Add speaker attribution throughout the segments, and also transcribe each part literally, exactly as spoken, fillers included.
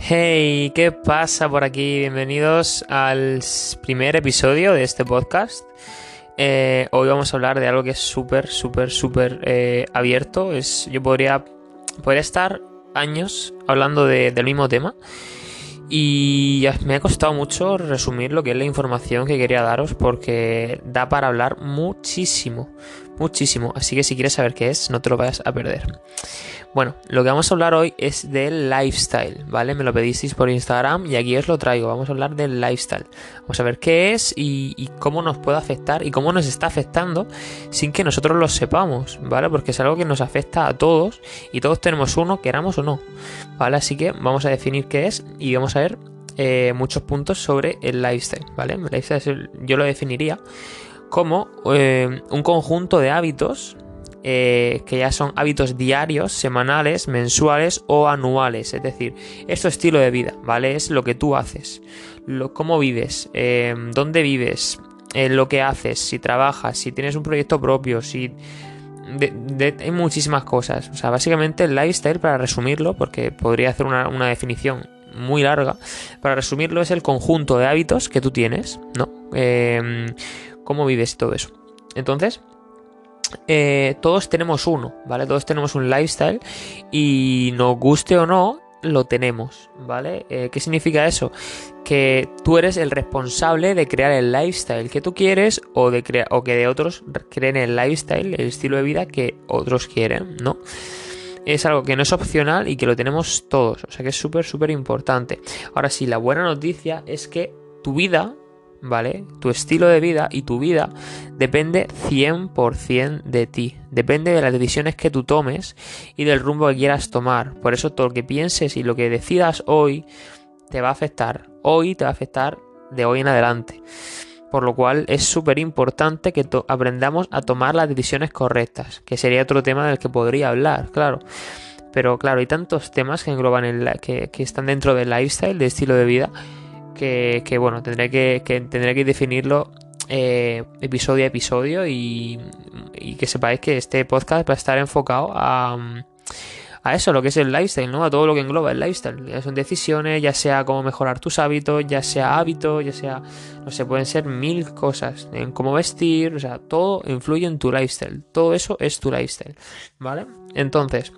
Speaker 1: Hey, ¿qué pasa por aquí? Bienvenidos al s- primer episodio de este podcast. Eh, hoy vamos a hablar de algo que es súper, súper, súper eh, abierto. Es, yo podría, podría estar años hablando de- del mismo tema y ya me ha costado mucho resumir lo que es la información que quería daros porque da para hablar muchísimo, muchísimo. Así que si quieres saber qué es, no te lo vayas a perder. Bueno, lo que vamos a hablar hoy es del lifestyle, ¿vale? Me lo pedisteis por Instagram y aquí os lo traigo. Vamos a hablar del lifestyle. Vamos a ver qué es y, y cómo nos puede afectar y cómo nos está afectando sin que nosotros lo sepamos, ¿vale? Porque es algo que nos afecta a todos y todos tenemos uno, queramos o no, ¿vale? Así que vamos a definir qué es y vamos a ver eh, muchos puntos sobre el lifestyle, ¿vale? El lifestyle es el- yo lo definiría como eh, un conjunto de hábitos eh, que ya son hábitos diarios, semanales, mensuales o anuales. Es decir, es tu estilo de vida, ¿vale? Es lo que tú haces, lo, cómo vives, eh, dónde vives, eh, lo que haces, si trabajas, si tienes un proyecto propio, si... De, de, hay muchísimas cosas. O sea, básicamente el lifestyle, para resumirlo, porque podría hacer una, una definición muy larga, para resumirlo es el conjunto de hábitos que tú tienes, ¿no? Eh, cómo vives y todo eso. Entonces, eh, todos tenemos uno, ¿vale? Todos tenemos un lifestyle y nos guste o no, lo tenemos, ¿vale? Eh, ¿Qué significa eso? Que tú eres el responsable de crear el lifestyle que tú quieres o, de crea o que de otros creen el lifestyle, el estilo de vida que otros quieren, ¿no? Es algo que no es opcional y que lo tenemos todos, o sea que es súper, súper importante. Ahora sí, la buena noticia es que tu vida, ¿vale? Tu estilo de vida y tu vida depende cien por ciento de ti. Depende de las decisiones que tú tomes y del rumbo que quieras tomar. Por eso todo lo que pienses y lo que decidas hoy te va a afectar. Hoy te va a afectar de hoy en adelante. Por lo cual es súper importante que aprendamos a tomar las decisiones correctas, que sería otro tema del que podría hablar, claro. Pero claro, hay tantos temas que engloban el, que, que están dentro del lifestyle, del estilo de vida, que, que bueno, tendré que, que tendré que definirlo eh, episodio a episodio y, y que sepáis que este podcast va a estar enfocado a, a eso, lo que es el lifestyle, ¿no? A todo lo que engloba el lifestyle. Ya son decisiones, ya sea cómo mejorar tus hábitos, ya sea hábitos, ya sea, no sé, pueden ser mil cosas, en cómo vestir, o sea, todo influye en tu lifestyle. Todo eso es tu lifestyle, ¿vale? Entonces,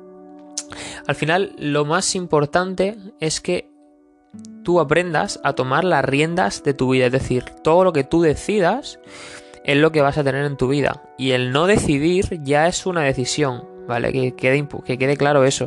Speaker 1: al final, lo más importante es que tú aprendas a tomar las riendas de tu vida, es decir, todo lo que tú decidas es lo que vas a tener en tu vida y el no decidir ya es una decisión, ¿vale? Que quede, que quede claro eso.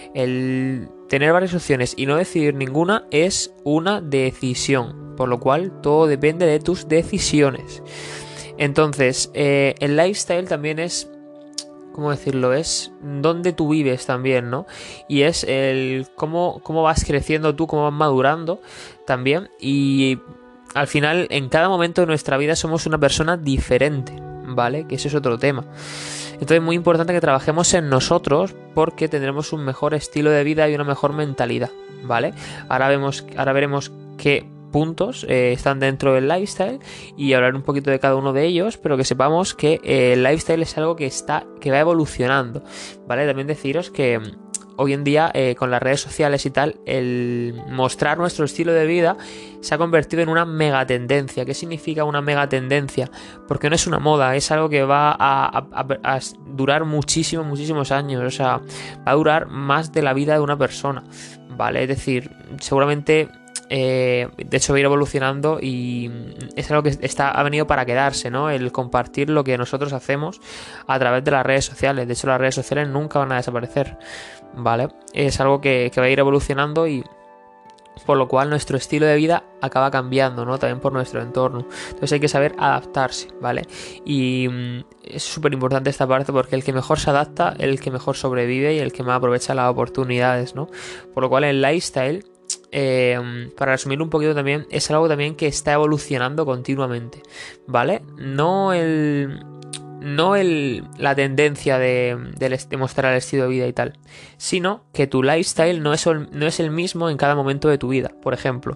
Speaker 1: El tener varias opciones y no decidir ninguna es una decisión, por lo cual todo depende de tus decisiones. Entonces, eh, el lifestyle también es, ¿cómo decirlo? Es donde tú vives también, ¿no? Y es el cómo, cómo vas creciendo tú, cómo vas madurando también. Y al final, en cada momento de nuestra vida somos una persona diferente, ¿vale? Que ese es otro tema. Entonces es muy importante que trabajemos en nosotros porque tendremos un mejor estilo de vida y una mejor mentalidad, ¿vale? Ahora, vemos, ahora veremos qué puntos eh, están dentro del lifestyle y hablar un poquito de cada uno de ellos, pero que sepamos que eh, el lifestyle es algo que está que va evolucionando, ¿vale? También deciros que hoy en día eh, con las redes sociales y tal, el mostrar nuestro estilo de vida se ha convertido en una mega tendencia. ¿Qué significa una mega tendencia? Porque no es una moda, es algo que va a, a, a durar muchísimos, muchísimos años. O sea, va a durar más de la vida de una persona, ¿vale? Es decir, seguramente... Eh, de hecho va a ir evolucionando y es algo que está, ha venido para quedarse, ¿no? El compartir lo que nosotros hacemos a través de las redes sociales. De hecho las redes sociales nunca van a desaparecer, ¿vale? Es algo que, que va a ir evolucionando y por lo cual nuestro estilo de vida acaba cambiando, ¿no? También por nuestro entorno. Entonces hay que saber adaptarse, ¿vale? Y mmm, es súper importante esta parte porque el que mejor se adapta, el que mejor sobrevive y el que más aprovecha las oportunidades, ¿no? Por lo cual el lifestyle, Eh, para resumirlo un poquito también, es algo también que está evolucionando continuamente, ¿vale? No el... No el, la tendencia de, de, de mostrar el estilo de vida y tal, sino que tu lifestyle no es, no es el mismo en cada momento de tu vida. Por ejemplo,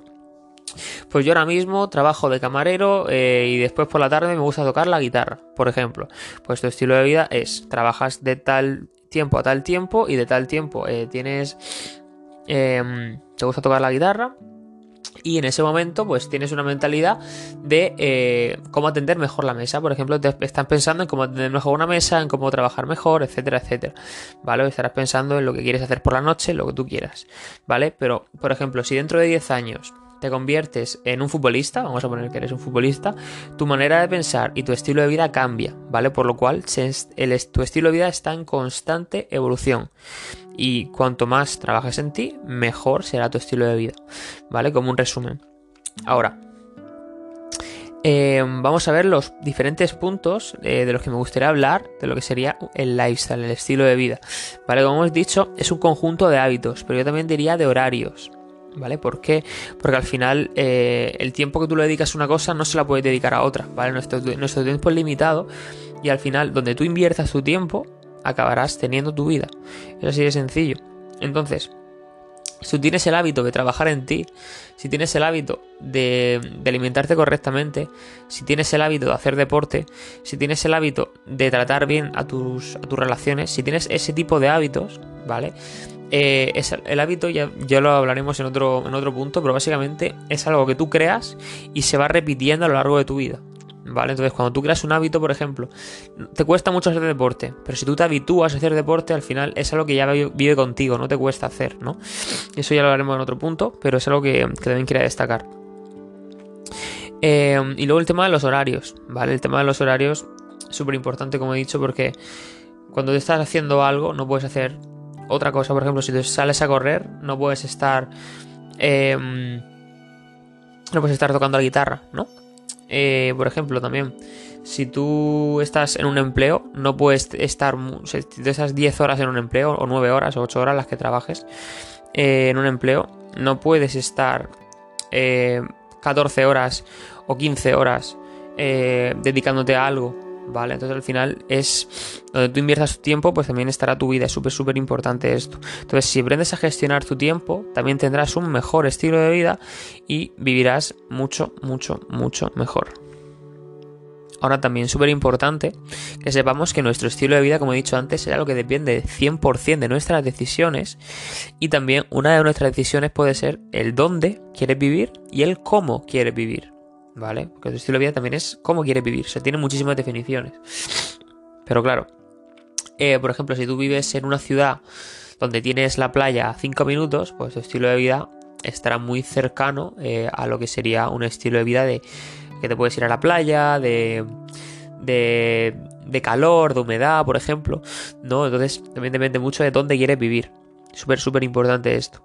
Speaker 1: pues yo ahora mismo trabajo de camarero eh, y después por la tarde me gusta tocar la guitarra, por ejemplo. Pues tu estilo de vida es, trabajas de tal tiempo a tal tiempo y de tal tiempo eh, tienes eh, te gusta tocar la guitarra y en ese momento pues tienes una mentalidad de eh, cómo atender mejor la mesa. Por ejemplo, te estás pensando en cómo atender mejor una mesa, en cómo trabajar mejor, etcétera, etcétera, ¿vale? O estarás pensando en lo que quieres hacer por la noche, lo que tú quieras, ¿vale? Pero, por ejemplo, si dentro de diez años te conviertes en un futbolista, vamos a poner que eres un futbolista, tu manera de pensar y tu estilo de vida cambia, ¿vale? Por lo cual se, el, tu estilo de vida está en constante evolución. Y cuanto más trabajes en ti, mejor será tu estilo de vida, ¿vale? Como un resumen. Ahora, eh, vamos a ver los diferentes puntos eh, de los que me gustaría hablar, de lo que sería el lifestyle, el estilo de vida, ¿vale? Como hemos dicho, es un conjunto de hábitos, pero yo también diría de horarios, ¿vale? ¿Por qué? Porque al final eh, el tiempo que tú le dedicas a una cosa no se la puedes dedicar a otra, ¿vale? Nuestro, nuestro tiempo es limitado y al final donde tú inviertas tu tiempo acabarás teniendo tu vida. Es así de sencillo. Entonces, si tú tienes el hábito de trabajar en ti, si tienes el hábito de, de alimentarte correctamente, si tienes el hábito de hacer deporte, si tienes el hábito de tratar bien a tus, a tus relaciones, si tienes ese tipo de hábitos, ¿vale? Eh, es el hábito, ya, ya lo hablaremos en otro, en otro punto, pero básicamente es algo que tú creas y se va repitiendo a lo largo de tu vida, ¿vale? Entonces, cuando tú creas un hábito, por ejemplo, te cuesta mucho hacer deporte, pero si tú te habitúas a hacer deporte, al final es algo que ya vive contigo, no te cuesta hacer, ¿no? Eso ya lo haremos en otro punto, pero es algo que, que también quería destacar. Eh, y luego el tema de los horarios, ¿vale? El tema de los horarios es súper importante, como he dicho, porque cuando te estás haciendo algo, no puedes hacer otra cosa. Por ejemplo, si tú sales a correr, no puedes estar... Eh, no puedes estar tocando la guitarra, ¿no? Eh, por ejemplo, también, si tú estás en un empleo, no puedes estar, si tú estás diez horas en un empleo, o nueve horas, o ocho horas las que trabajes eh, en un empleo, no puedes estar eh, catorce horas o quince horas eh, dedicándote a algo, ¿vale? Entonces al final es donde tú inviertas tu tiempo, pues también estará tu vida. Es súper, súper importante esto. Entonces, si aprendes a gestionar tu tiempo, también tendrás un mejor estilo de vida y vivirás mucho, mucho, mucho mejor. Ahora también súper importante que sepamos que nuestro estilo de vida, como he dicho antes, es algo que depende cien por ciento de nuestras decisiones, y también una de nuestras decisiones puede ser el dónde quieres vivir y el cómo quieres vivir, ¿vale? Porque tu estilo de vida también es cómo quieres vivir, o sea, tiene muchísimas definiciones. Pero claro, eh, por ejemplo, si tú vives en una ciudad donde tienes la playa a cinco minutos, pues tu estilo de vida estará muy cercano eh, a lo que sería un estilo de vida de que te puedes ir a la playa, de, de, de calor, de humedad, por ejemplo, ¿no? Entonces también depende mucho de dónde quieres vivir. Súper, súper importante esto.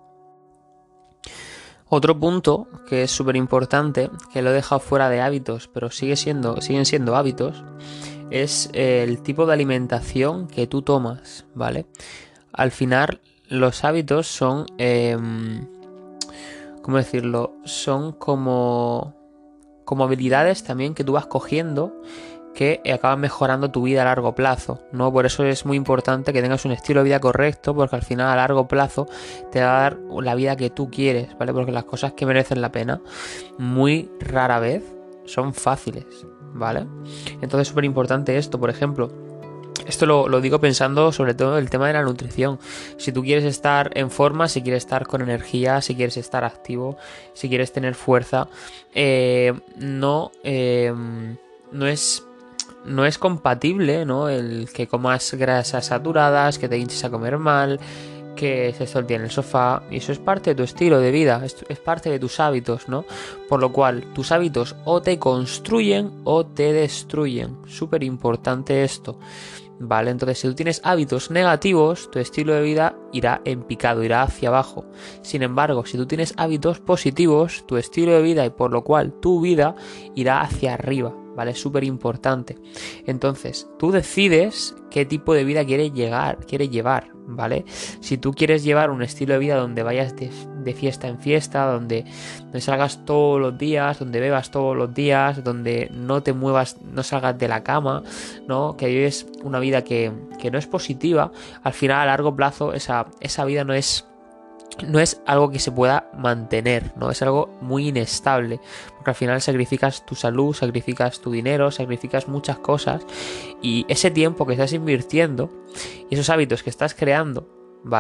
Speaker 1: Otro punto que es súper importante, que lo he dejado fuera de hábitos, pero sigue siendo, siguen siendo hábitos, es el tipo de alimentación que tú tomas, ¿vale? Al final, los hábitos son, eh, ¿cómo decirlo? Son como, como habilidades también que tú vas cogiendo que acaban mejorando tu vida a largo plazo, ¿no? Por eso es muy importante que tengas un estilo de vida correcto, porque al final a largo plazo te va a dar la vida que tú quieres, ¿vale? Porque las cosas que merecen la pena muy rara vez son fáciles, ¿vale? Entonces es súper importante esto. Por ejemplo, esto lo, lo digo pensando sobre todo en el tema de la nutrición. Si tú quieres estar en forma, si quieres estar con energía, si quieres estar activo, si quieres tener fuerza, eh, no, eh, no es... No es compatible, ¿no? El que comas grasas saturadas, que te hinches a comer mal, que estés todo el día en el sofá. Y eso es parte de tu estilo de vida, es, es parte de tus hábitos, ¿no? Por lo cual, tus hábitos o te construyen o te destruyen. Súper importante esto, ¿vale? Entonces, si tú tienes hábitos negativos, tu estilo de vida irá en picado, irá hacia abajo. Sin embargo, si tú tienes hábitos positivos, tu estilo de vida y por lo cual tu vida irá hacia arriba, ¿vale? Es súper importante. Entonces, tú decides qué tipo de vida quieres llegar, quieres llevar, ¿vale? Si tú quieres llevar un estilo de vida donde vayas de, de fiesta en fiesta, donde, donde salgas todos los días, donde bebas todos los días, donde no te muevas, no salgas de la cama, ¿no? Que vives una vida que, que no es positiva, al final a largo plazo esa, esa vida no es... no es algo que se pueda mantener, ¿no? Es algo muy inestable, porque al final sacrificas tu salud, sacrificas tu dinero, sacrificas muchas cosas, y ese tiempo que estás invirtiendo y esos hábitos que estás creando, ¿vale?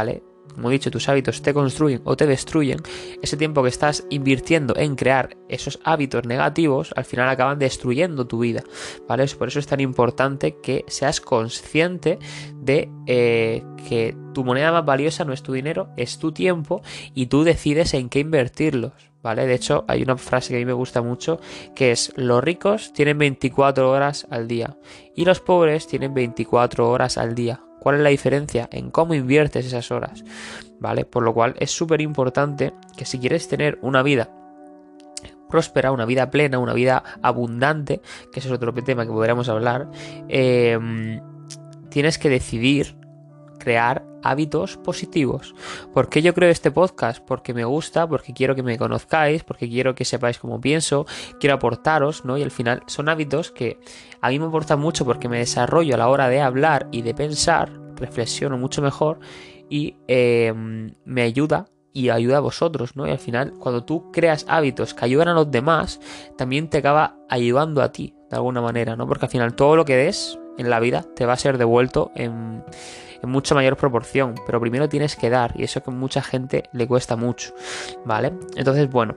Speaker 1: como he dicho, tus hábitos te construyen o te destruyen, ese tiempo que estás invirtiendo en crear esos hábitos negativos, al final acaban destruyendo tu vida, ¿vale? Por eso es tan importante que seas consciente de eh, que tu moneda más valiosa no es tu dinero, es tu tiempo, y tú decides en qué invertirlos, ¿vale? De hecho, hay una frase que a mí me gusta mucho, que es: los ricos tienen veinticuatro horas al día y los pobres tienen veinticuatro horas al día. ¿Cuál es la diferencia? En cómo inviertes esas horas, ¿vale? Por lo cual es súper importante que si quieres tener una vida próspera, una vida plena, una vida abundante, que ese es otro tema que podríamos hablar, eh, tienes que decidir crear hábitos positivos. ¿Por qué yo creo este podcast? Porque me gusta, porque quiero que me conozcáis, porque quiero que sepáis cómo pienso, quiero aportaros, ¿no? Y al final son hábitos que a mí me aportan mucho porque me desarrollo a la hora de hablar y de pensar, reflexiono mucho mejor y eh, me ayuda y ayuda a vosotros, ¿no? Y al final, cuando tú creas hábitos que ayudan a los demás, también te acaba ayudando a ti, de alguna manera, ¿no? Porque al final todo lo que des en la vida te va a ser devuelto en... en mucha mayor proporción, pero primero tienes que dar, y eso que a mucha gente le cuesta mucho, ¿vale? Entonces, bueno,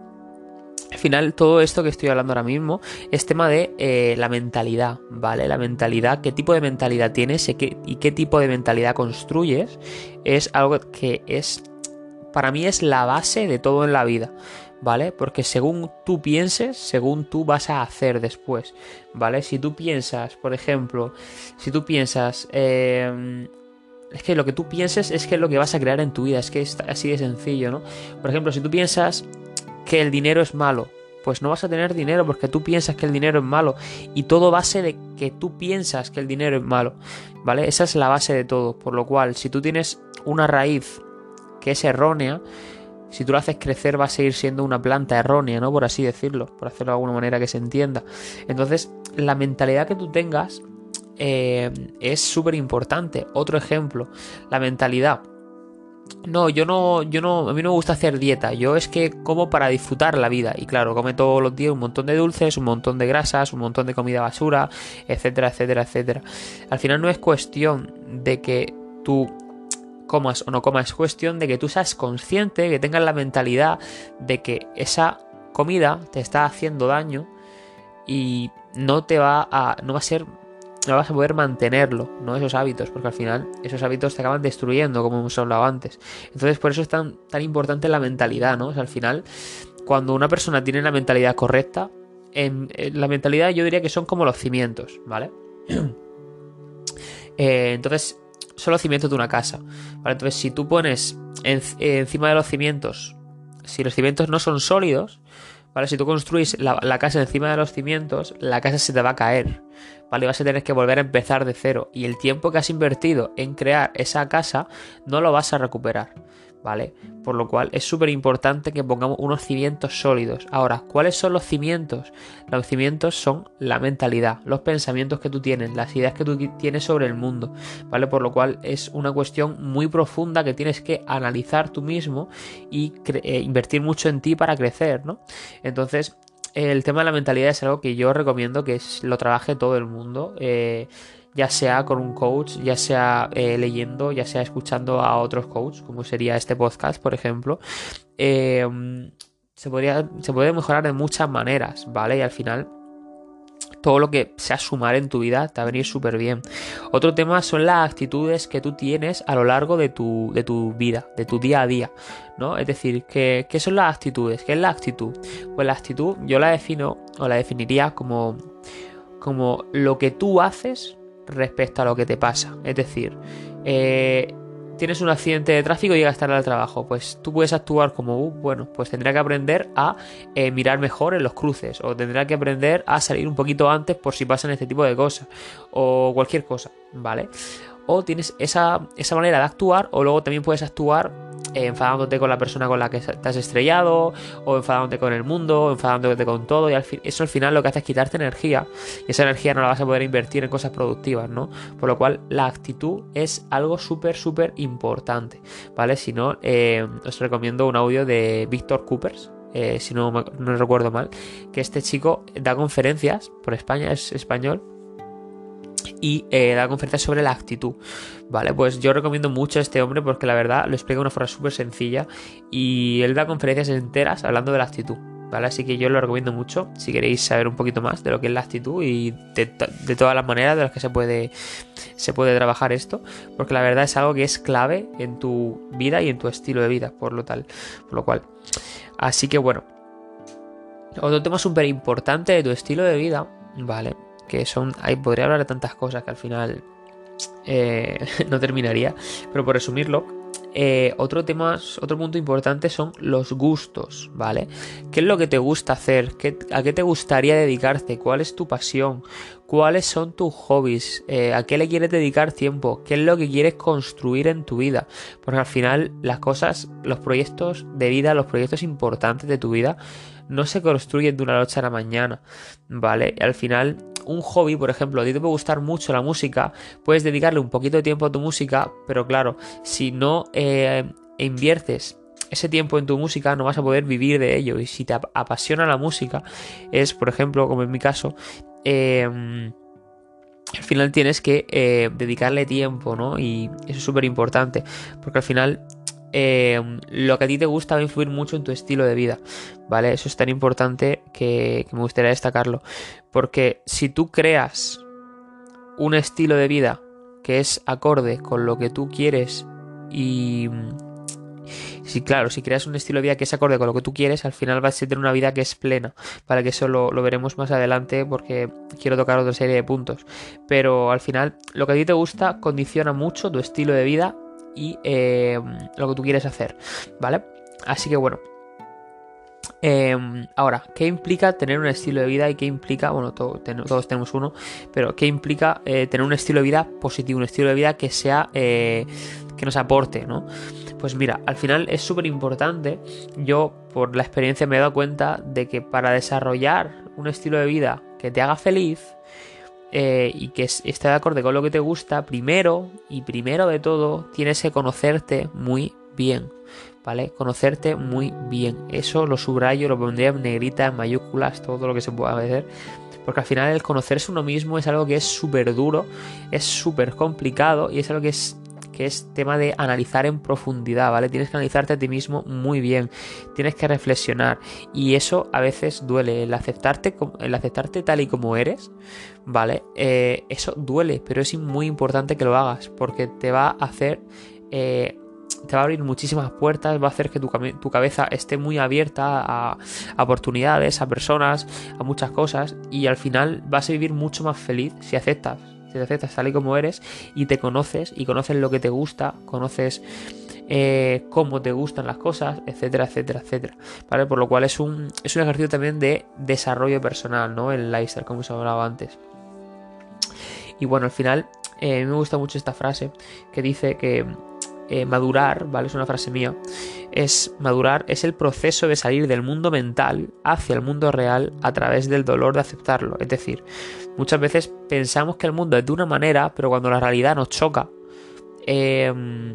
Speaker 1: al final todo esto que estoy hablando ahora mismo es tema de eh, la mentalidad, ¿vale? La mentalidad, qué tipo de mentalidad tienes y qué, y qué tipo de mentalidad construyes, es algo que es, para mí es la base de todo en la vida, ¿vale? Porque según tú pienses, según tú vas a hacer después, ¿vale? Si tú piensas, por ejemplo, si tú piensas, eh, es que lo que tú pienses es que es lo que vas a crear en tu vida, es que es así de sencillo, ¿no? Por ejemplo, si tú piensas que el dinero es malo, pues no vas a tener dinero porque tú piensas que el dinero es malo, y todo base de que tú piensas que el dinero es malo, ¿vale? Esa es la base de todo, por lo cual, si tú tienes una raíz que es errónea, si tú lo haces crecer va a seguir siendo una planta errónea, ¿no? Por así decirlo, por hacerlo de alguna manera que se entienda. Entonces, la mentalidad que tú tengas eh, es súper importante. Otro ejemplo, la mentalidad. No, yo no, yo no, a mí no me gusta hacer dieta, yo es que como para disfrutar la vida, y claro, come todos los días un montón de dulces, un montón de grasas, un montón de comida basura, etcétera, etcétera, etcétera. Al final no es cuestión de que tú comas o no comas, es cuestión de que tú seas consciente, que tengas la mentalidad de que esa comida te está haciendo daño y no te va a, no va a ser, no vas a poder mantenerlo, ¿no? Esos hábitos, porque al final esos hábitos te acaban destruyendo, como hemos hablado antes. Entonces, por eso es tan, tan importante la mentalidad, ¿no? O sea, al final, cuando una persona tiene la mentalidad correcta, en, en la mentalidad yo diría que son como los cimientos, ¿vale? eh, entonces, son los cimientos de una casa, ¿vale? Entonces, si tú pones en, eh, encima de los cimientos, si los cimientos no son sólidos, ¿vale? Si tú construís la, la casa encima de los cimientos, la casa se te va a caer, ¿vale? Vas a tener que volver a empezar de cero, y el tiempo que has invertido en crear esa casa no lo vas a recuperar, ¿vale? Por lo cual es súper importante que pongamos unos cimientos sólidos. Ahora, ¿cuáles son los cimientos? Los cimientos son la mentalidad, los pensamientos que tú tienes, las ideas que tú tienes sobre el mundo, ¿vale? Por lo cual es una cuestión muy profunda que tienes que analizar tú mismo y eh, invertir mucho en ti para crecer, ¿no? Entonces, el tema de la mentalidad es algo que yo recomiendo que lo trabaje todo el mundo, eh, ya sea con un coach, ya sea eh, leyendo, ya sea escuchando a otros coaches, como sería este podcast, por ejemplo. Eh, se podría, se puede mejorar de muchas maneras, ¿vale? Y al final, todo lo que sea sumar en tu vida te va a venir súper bien. Otro tema son las actitudes que tú tienes a lo largo de tu, de tu vida, de tu día a día, ¿no? Es decir, ¿qué, ¿qué son las actitudes? ¿Qué es la actitud? Pues la actitud yo la defino, o la definiría como, como lo que tú haces respecto a lo que te pasa. Es decir, eh, tienes un accidente de tráfico y llegas tarde al trabajo, pues tú puedes actuar como, uh, bueno, pues tendré que aprender a eh, mirar mejor en los cruces, o tendré que aprender a salir un poquito antes por si pasan este tipo de cosas, o cualquier cosa, ¿vale? O tienes esa, esa manera de actuar, o luego también puedes actuar eh, enfadándote con la persona con la que te has estrellado, o enfadándote con el mundo, o enfadándote con todo, y al fin, eso al final lo que hace es quitarte energía, y esa energía no la vas a poder invertir en cosas productivas, ¿no? Por lo cual la actitud es algo súper, súper importante, ¿vale? Si no, eh, os recomiendo un audio de Víctor Coopers, eh, si no, no recuerdo mal, que este chico da conferencias por España, es español, y eh, da conferencias sobre la actitud, ¿vale? Pues yo recomiendo mucho a este hombre porque la verdad lo explica de una forma súper sencilla y él da conferencias enteras hablando de la actitud, ¿vale? Así que yo lo recomiendo mucho si queréis saber un poquito más de lo que es la actitud y de, de todas las maneras de las que se puede, se puede trabajar esto, porque la verdad es algo que es clave en tu vida y en tu estilo de vida, por lo tal, por lo cual. Así que bueno, otro tema súper importante de tu estilo de vida, ¿vale? Que son, ahí podría hablar de tantas cosas que al final eh, no terminaría, pero por resumirlo, eh, otro tema, otro punto importante son los gustos, ¿vale? ¿Qué es lo que te gusta hacer? ¿Qué, ¿A qué te gustaría dedicarte? ¿Cuál es tu pasión? ¿Cuáles son tus hobbies? Eh, ¿A qué le quieres dedicar tiempo? ¿Qué es lo que quieres construir en tu vida? Porque al final las cosas, los proyectos de vida, los proyectos importantes de tu vida no se construyen de una noche a la mañana, ¿vale? Al final, un hobby, por ejemplo, a ti te puede gustar mucho la música, puedes dedicarle un poquito de tiempo a tu música, pero claro, si no eh, inviertes ese tiempo en tu música, no vas a poder vivir de ello. Y si te ap- apasiona la música, es, por ejemplo, como en mi caso, eh, al final tienes que eh, dedicarle tiempo, ¿no? Y eso es súper importante, porque al final eh, lo que a ti te gusta va a influir mucho en tu estilo de vida, ¿vale? Eso es tan importante que, que me gustaría destacarlo, porque si tú creas un estilo de vida que es acorde con lo que tú quieres y... Sí, claro, si creas un estilo de vida que es acorde con lo que tú quieres, al final vas a tener una vida que es plena, para que eso lo, lo veremos más adelante porque quiero tocar otra serie de puntos. Pero al final, lo que a ti te gusta condiciona mucho tu estilo de vida y eh, lo que tú quieres hacer, ¿vale? Así que bueno. Eh, ahora, ¿qué implica tener un estilo de vida y qué implica, bueno, todo, ten, todos tenemos uno, pero qué implica eh, tener un estilo de vida positivo, un estilo de vida que sea, eh, que nos aporte, ¿no? Pues mira, al final es súper importante, yo por la experiencia me he dado cuenta de que para desarrollar un estilo de vida que te haga feliz eh, y que esté de acorde con lo que te gusta, primero y primero de todo tienes que conocerte muy bien, ¿vale? Conocerte muy bien, eso lo subrayo, lo pondría en negrita, en mayúsculas, todo lo que se pueda hacer. Porque al final el conocerse uno mismo es algo que es súper duro, es súper complicado y es algo que es que es tema de analizar en profundidad, ¿vale? Tienes que analizarte a ti mismo muy bien, tienes que reflexionar y eso a veces duele, el aceptarte, el aceptarte tal y como eres, ¿vale? Eh, eso duele, pero es muy importante que lo hagas porque te va a hacer... Eh, te va a abrir muchísimas puertas, va a hacer que tu, tu cabeza esté muy abierta a, a oportunidades, a personas, a muchas cosas y al final vas a vivir mucho más feliz si aceptas te aceptas tal y como eres y te conoces y conoces lo que te gusta, conoces eh, cómo te gustan las cosas, etcétera, etcétera, etcétera, ¿vale? Por lo cual es un, es un ejercicio también de desarrollo personal, ¿no? El lifestyle, como os hablaba antes. Y bueno, al final eh, a mí me gusta mucho esta frase que dice que eh, madurar, ¿vale? Es una frase mía. Es madurar es el proceso de salir del mundo mental hacia el mundo real a través del dolor de aceptarlo. Es decir, muchas veces pensamos que el mundo es de una manera, pero cuando la realidad nos choca, eh,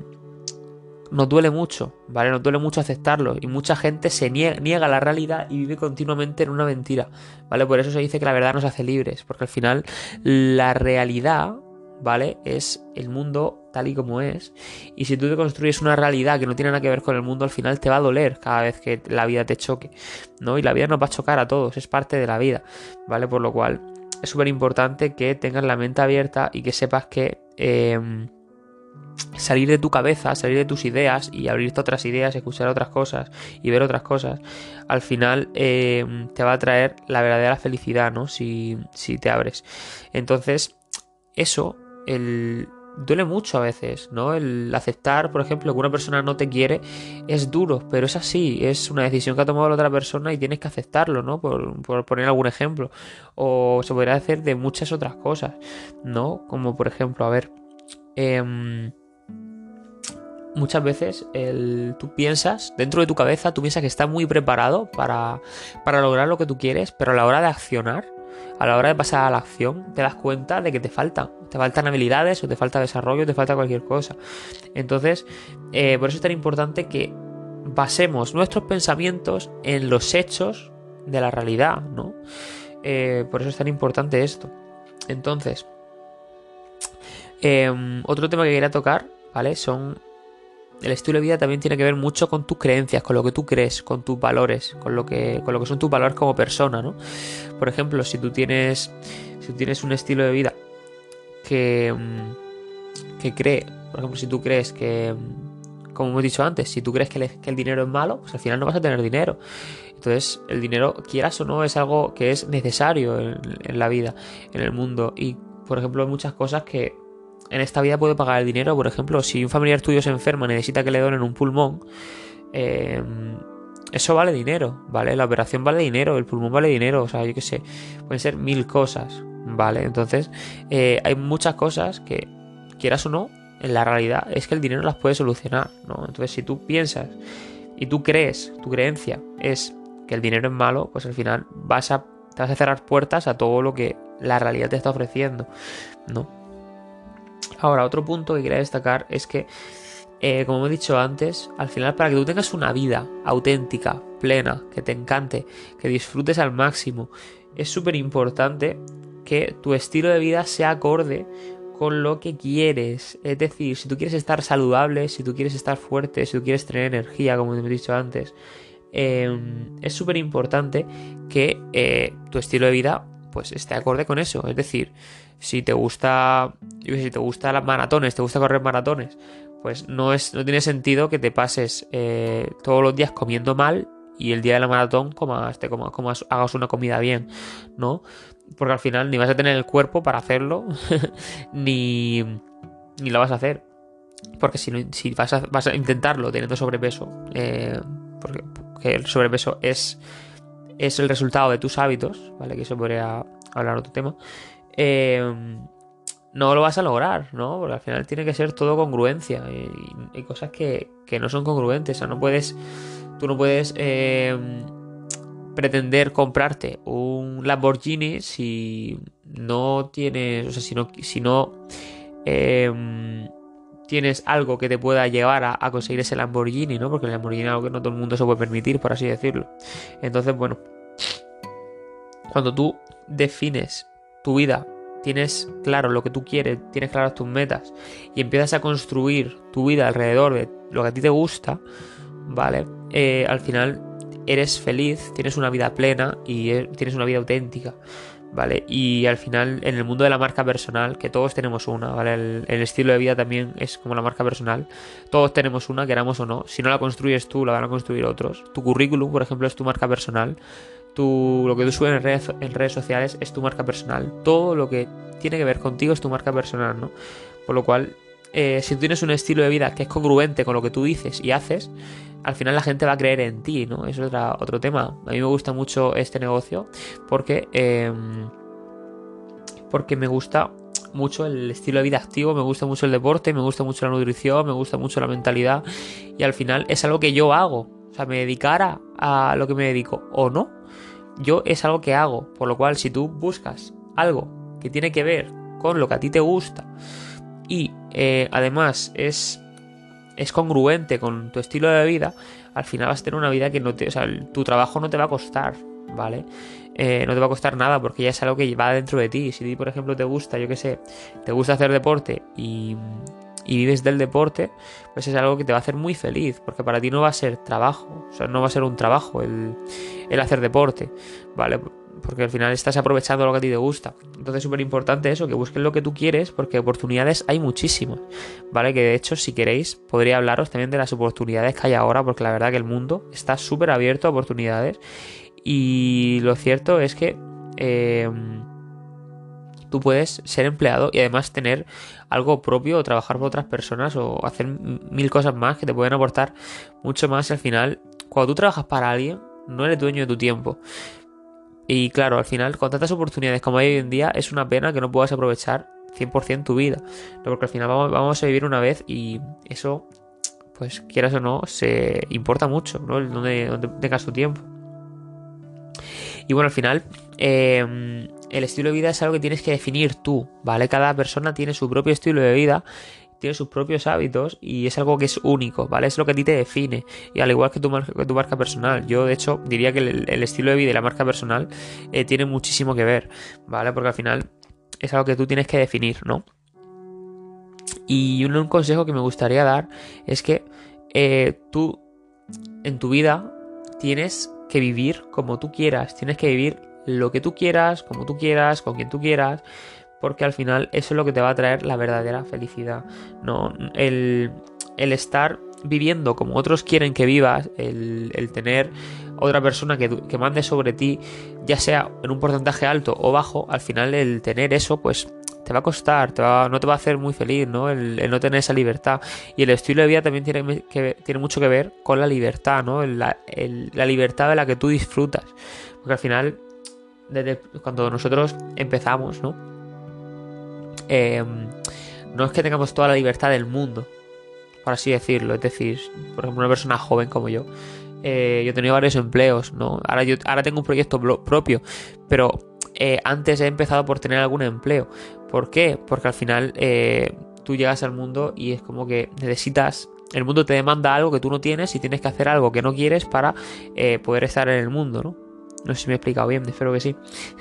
Speaker 1: nos duele mucho, ¿vale? Nos duele mucho aceptarlo y mucha gente se niega, niega la realidad y vive continuamente en una mentira, ¿vale? Por eso se dice que la verdad nos hace libres, porque al final la realidad, ¿vale? Es el mundo tal y como es y si tú te construyes una realidad que no tiene nada que ver con el mundo, al final te va a doler cada vez que la vida te choque, ¿no? Y la vida nos va a chocar a todos, es parte de la vida, ¿vale? Por lo cual es súper importante que tengas la mente abierta y que sepas que eh, salir de tu cabeza, salir de tus ideas y abrirte a otras ideas, escuchar otras cosas y ver otras cosas, al final eh, te va a traer la verdadera felicidad, ¿no? Si, si te abres. Entonces, eso, el... duele mucho a veces, ¿no? El aceptar, por ejemplo, que una persona no te quiere es duro, pero es así, es una decisión que ha tomado la otra persona y tienes que aceptarlo, ¿no? Por, por poner algún ejemplo. O se podría hacer de muchas otras cosas, ¿no? Como por ejemplo, a ver, eh, muchas veces el, tú piensas, dentro de tu cabeza, tú piensas que estás muy preparado para, para lograr lo que tú quieres, pero a la hora de accionar, a la hora de pasar a la acción, te das cuenta de que te faltan. Te faltan habilidades o te falta desarrollo, te falta cualquier cosa. Entonces, eh, por eso es tan importante que basemos nuestros pensamientos en los hechos de la realidad, ¿no? Eh, por eso es tan importante esto. Entonces, Eh, otro tema que quería tocar, ¿vale? Son... El estilo de vida también tiene que ver mucho con tus creencias, con lo que tú crees, con tus valores, con lo que, con lo que son tus valores como persona, ¿no? Por ejemplo, si tú tienes, si tú tienes un estilo de vida que, que cree, por ejemplo, si tú crees que, como hemos dicho antes, si tú crees que el, que el dinero es malo, pues al final no vas a tener dinero. Entonces, el dinero, quieras o no, es algo que es necesario en, en la vida, en el mundo. Y, por ejemplo, hay muchas cosas que en esta vida puede pagar el dinero. Por ejemplo, si un familiar tuyo se enferma y necesita que le donen un pulmón, eh, eso vale dinero, ¿vale? La operación vale dinero, el pulmón vale dinero, o sea, yo qué sé, pueden ser mil cosas, ¿vale? Entonces, eh, hay muchas cosas que, quieras o no, en la realidad es que el dinero las puede solucionar, ¿no? Entonces, si tú piensas y tú crees, tu creencia es que el dinero es malo, pues al final vas a, te vas a cerrar puertas a todo lo que la realidad te está ofreciendo, ¿no? Ahora, otro punto que quería destacar es que, eh, como he dicho antes, al final para que tú tengas una vida auténtica, plena, que te encante, que disfrutes al máximo, es súper importante que tu estilo de vida sea acorde con lo que quieres. Es decir, si tú quieres estar saludable, si tú quieres estar fuerte, si tú quieres tener energía, como he dicho antes, eh, es súper importante que eh, tu estilo de vida pues esté acorde con eso. Es decir, si te gusta, yo sé, si te gustan las maratones, te gusta correr maratones, pues no es, no tiene sentido que te pases eh, todos los días comiendo mal y el día de la maratón comas, te comas, comas, hagas una comida bien, ¿no? Porque al final ni vas a tener el cuerpo para hacerlo, ni, ni lo vas a hacer. Porque si, no, si vas, a, vas a intentarlo teniendo sobrepeso, eh, porque, porque el sobrepeso es, es el resultado de tus hábitos, ¿vale? Que eso podría hablar otro tema. Eh, no lo vas a lograr, ¿no? Porque al final tiene que ser todo congruencia. Y hay cosas que, que no son congruentes. O sea, no puedes. Tú no puedes eh, pretender comprarte un Lamborghini si no tienes. O sea, si no. Si no eh, tienes algo que te pueda llevar a, a conseguir ese Lamborghini, ¿no? Porque el Lamborghini es algo que no todo el mundo se puede permitir, por así decirlo. Entonces, bueno. Cuando tú defines tu vida, tienes claro lo que tú quieres, tienes claras tus metas y empiezas a construir tu vida alrededor de lo que a ti te gusta, ¿vale? Eh, al final eres feliz, tienes una vida plena y tienes una vida auténtica, ¿vale? Y al final en el mundo de la marca personal, que todos tenemos una, ¿vale? El, el estilo de vida también es como la marca personal, todos tenemos una, queramos o no. Si no la construyes tú, la van a construir otros. Tu currículum, por ejemplo, es tu marca personal. Tu, lo que tú subes en redes, en redes sociales es tu marca personal. Todo lo que tiene que ver contigo es tu marca personal, ¿no? Por lo cual, eh, si tú tienes un estilo de vida que es congruente con lo que tú dices y haces, al final la gente va a creer en ti, ¿no? Eso es otra, otro tema. A mí me gusta mucho este negocio porque, eh, porque me gusta mucho el estilo de vida activo, me gusta mucho el deporte, me gusta mucho la nutrición, me gusta mucho la mentalidad y al final es algo que yo hago. O sea, me dedicara a lo que me dedico o no, yo es algo que hago, por lo cual si tú buscas algo que tiene que ver con lo que a ti te gusta y eh, además es, es congruente con tu estilo de vida, al final vas a tener una vida que no te, o sea, tu trabajo no te va a costar, ¿vale? Eh, no te va a costar nada porque ya es algo que va dentro de ti. Si a ti, por ejemplo, te gusta, yo qué sé, te gusta hacer deporte y... y vives del deporte, pues es algo que te va a hacer muy feliz, porque para ti no va a ser trabajo, o sea, no va a ser un trabajo el, el hacer deporte, ¿vale? Porque al final estás aprovechando lo que a ti te gusta. Entonces es súper importante eso, que busques lo que tú quieres, porque oportunidades hay muchísimas, ¿vale? Que de hecho, si queréis, podría hablaros también de las oportunidades que hay ahora, porque la verdad que el mundo está súper abierto a oportunidades, y lo cierto es que eh, tú puedes ser empleado y además tener algo propio o trabajar por otras personas o hacer mil cosas más que te pueden aportar mucho más. Y al final, cuando tú trabajas para alguien, no eres dueño de tu tiempo. Y claro, al final, con tantas oportunidades como hay hoy en día, es una pena que no puedas aprovechar cien por ciento tu vida. Porque al final vamos, vamos a vivir una vez y eso, pues quieras o no, se importa mucho, ¿no? Donde, donde tengas tu tiempo. Y bueno, al final, eh, el estilo de vida es algo que tienes que definir tú, ¿vale? Cada persona tiene su propio estilo de vida, tiene sus propios hábitos y es algo que es único, ¿vale? Es lo que a ti te define. Y al igual que tu, mar- que tu marca personal, yo de hecho diría que el, el estilo de vida y la marca personal eh, tienen muchísimo que ver, ¿vale? Porque al final es algo que tú tienes que definir, ¿no? Y un, un consejo que me gustaría dar es que eh, tú en tu vida tienes que vivir como tú quieras, tienes que vivir lo que tú quieras, como tú quieras, con quien tú quieras, porque al final eso es lo que te va a traer la verdadera felicidad. No, el, el estar viviendo como otros quieren que vivas, el, el tener otra persona que, que mande sobre ti, ya sea en un porcentaje alto o bajo, al final el tener eso, pues te va a costar, te va, no te va a hacer muy feliz, ¿no? El, el no tener esa libertad. Y el estilo de vida también tiene, que, tiene mucho que ver con la libertad, ¿no? La, el, la libertad de la que tú disfrutas. Porque al final, desde cuando nosotros empezamos, ¿no? Eh, no es que tengamos toda la libertad del mundo, por así decirlo. Es decir, por ejemplo, una persona joven como yo, eh, yo he tenido varios empleos, ¿no? Ahora, yo, ahora tengo un proyecto propio, pero eh, antes he empezado por tener algún empleo. ¿Por qué? Porque al final eh, tú llegas al mundo y es como que necesitas... El mundo te demanda algo que tú no tienes y tienes que hacer algo que no quieres para eh, poder estar en el mundo, ¿no? No sé si me he explicado bien, espero que sí.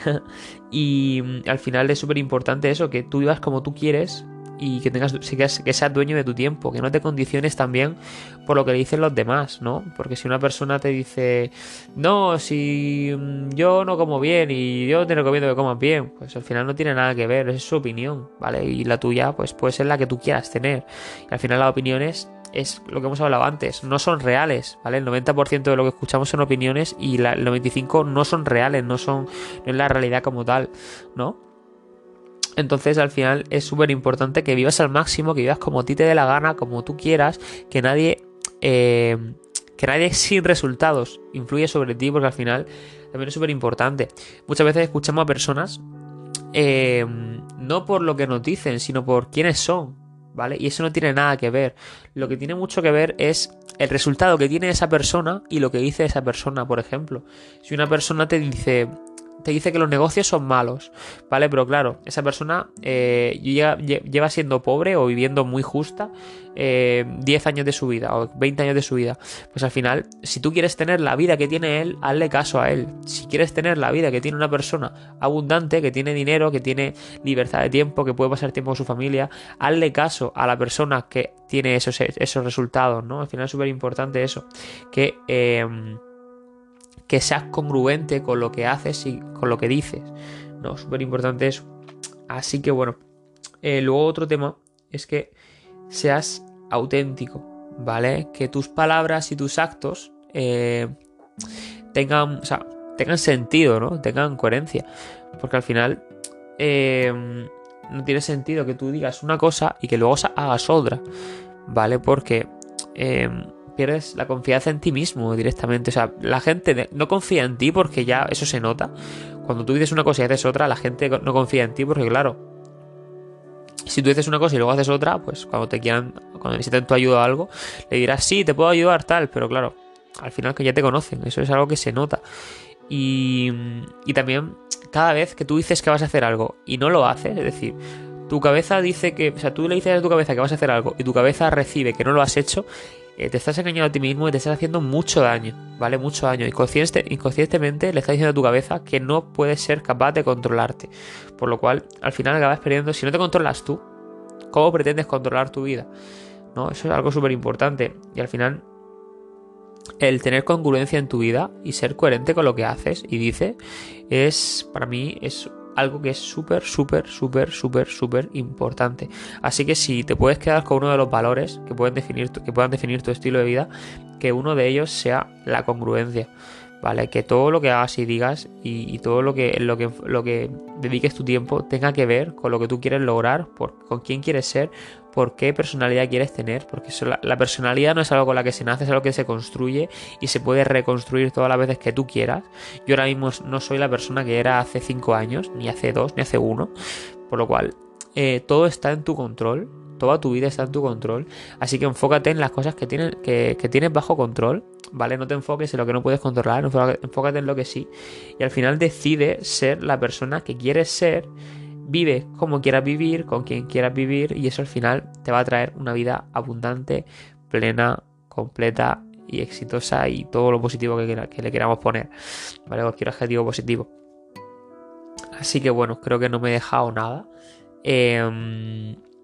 Speaker 1: Y mm, al final es súper importante eso, que tú vivas como tú quieres y que tengas que seas dueño de tu tiempo, que no te condiciones también por lo que le dicen los demás, ¿no? Porque si una persona te dice, no, si yo no como bien y yo te recomiendo que comas bien, pues al final no tiene nada que ver, es su opinión, ¿vale? Y la tuya pues puede ser la que tú quieras tener. Y al final las opiniones es lo que hemos hablado antes, no son reales, ¿vale? El noventa por ciento de lo que escuchamos son opiniones y la, el noventa y cinco por ciento no son reales, no son, no es la realidad como tal, ¿no? Entonces al final es súper importante que vivas al máximo, que vivas como a ti te dé la gana, como tú quieras, que nadie, eh, que nadie sin resultados influye sobre ti, porque al final también es súper importante. Muchas veces escuchamos a personas eh, no por lo que nos dicen, sino por quiénes son, ¿vale? Y eso no tiene nada que ver. Lo que tiene mucho que ver es el resultado que tiene esa persona y lo que dice esa persona, por ejemplo. Si una persona te dice... te dice que los negocios son malos, ¿vale? Pero claro, esa persona eh, lleva, lleva siendo pobre o viviendo muy justa eh, diez años de su vida o veinte años de su vida. Pues al final, si tú quieres tener la vida que tiene él, hazle caso a él. Si quieres tener la vida que tiene una persona abundante, que tiene dinero, que tiene libertad de tiempo, que puede pasar tiempo con su familia, hazle caso a la persona que tiene esos, esos resultados, ¿no? Al final es súper importante eso, que... Eh, que seas congruente con lo que haces y con lo que dices, ¿no? Súper importante eso. Así que bueno, eh, luego otro tema es que seas auténtico, ¿vale? Que tus palabras y tus actos eh, tengan, o sea, tengan sentido, ¿no? Tengan coherencia, porque al final eh, no tiene sentido que tú digas una cosa y que luego hagas otra, ¿vale? Porque... Eh, pierdes la confianza en ti mismo directamente. O sea, la gente no confía en ti porque ya eso se nota. Cuando tú dices una cosa y haces otra, la gente no confía en ti porque, claro, si tú dices una cosa y luego haces otra, pues cuando te quieran, cuando necesiten tu ayuda o algo, le dirás, sí, te puedo ayudar, tal, pero claro, al final que ya te conocen, eso es algo que se nota. Y, y también, cada vez que tú dices que vas a hacer algo y no lo haces, es decir, tu cabeza dice que, o sea, tú le dices a tu cabeza que vas a hacer algo y tu cabeza recibe que no lo has hecho, te estás engañando a ti mismo y te estás haciendo mucho daño, ¿vale? Mucho daño. Inconsciente, inconscientemente le estás diciendo a tu cabeza que no puedes ser capaz de controlarte. Por lo cual, al final acabas perdiendo. Si no te controlas tú, ¿cómo pretendes controlar tu vida? ¿No? Eso es algo súper importante. Y al final, el tener congruencia en tu vida y ser coherente con lo que haces y dices, es, para mí, es algo que es súper, súper, súper, súper, súper importante. Así que si te puedes quedar con uno de los valores que pueden definir tu, que puedan definir tu estilo de vida, que uno de ellos sea la congruencia, ¿vale? Que todo lo que hagas y digas y, y todo lo que, lo que lo que dediques tu tiempo tenga que ver con lo que tú quieres lograr, por, con quién quieres ser, por qué personalidad quieres tener, porque eso, la, la personalidad no es algo con la que se nace, es algo que se construye y se puede reconstruir todas las veces que tú quieras. Yo ahora mismo no soy la persona que era hace cinco años, ni hace dos, ni hace uno, por lo cual eh, todo está en tu control, toda tu vida está en tu control, así que enfócate en las cosas que, tienen, que, que tienes bajo control, ¿vale? No te enfoques en lo que no puedes controlar, enfócate en lo que sí, y al final decide ser la persona que quieres ser. Vive como quieras vivir, con quien quieras vivir, y eso al final te va a traer una vida abundante, plena, completa y exitosa, y todo lo positivo que, que le queramos poner, ¿vale? Cualquier adjetivo positivo. Así que bueno, creo que no me he dejado nada. Eh,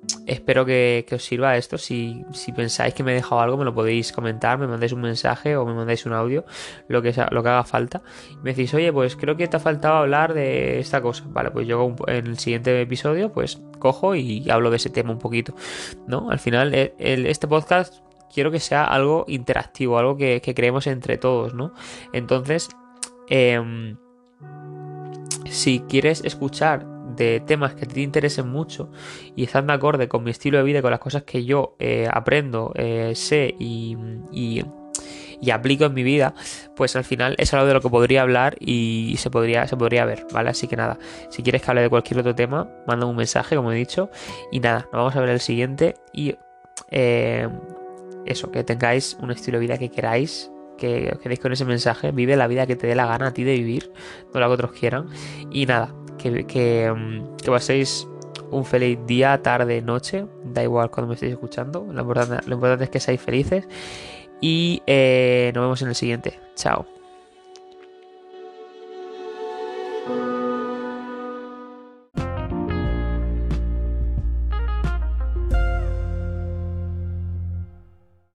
Speaker 1: espero que, que os sirva esto. Si, si pensáis que me he dejado algo, me lo podéis comentar, me mandáis un mensaje o me mandáis un audio, lo que, sea, lo que haga falta. Me decís, oye, pues creo que te ha faltado hablar de esta cosa. Vale, pues yo en el siguiente episodio, pues cojo y hablo de ese tema un poquito, ¿no? Al final, el, el, este podcast quiero que sea algo interactivo, algo que, que creemos entre todos, ¿no? Entonces, eh, si quieres escuchar de temas que te interesen mucho y están de acorde con mi estilo de vida y con las cosas que yo eh, aprendo, eh, sé y, y, y aplico en mi vida, pues al final es algo de lo que podría hablar y se podría, se podría ver, ¿vale? Así que nada, si quieres que hable de cualquier otro tema, manda un mensaje, como he dicho, y nada, nos vamos a ver el siguiente y eh, eso, que tengáis un estilo de vida que queráis, que os quedéis con ese mensaje, vive la vida que te dé la gana a ti de vivir, no la que otros quieran, y nada, que, que, que paséis un feliz día, tarde, noche, da igual cuando me estéis escuchando, lo importante, lo importante es que seáis felices y eh, nos vemos en el siguiente, chao.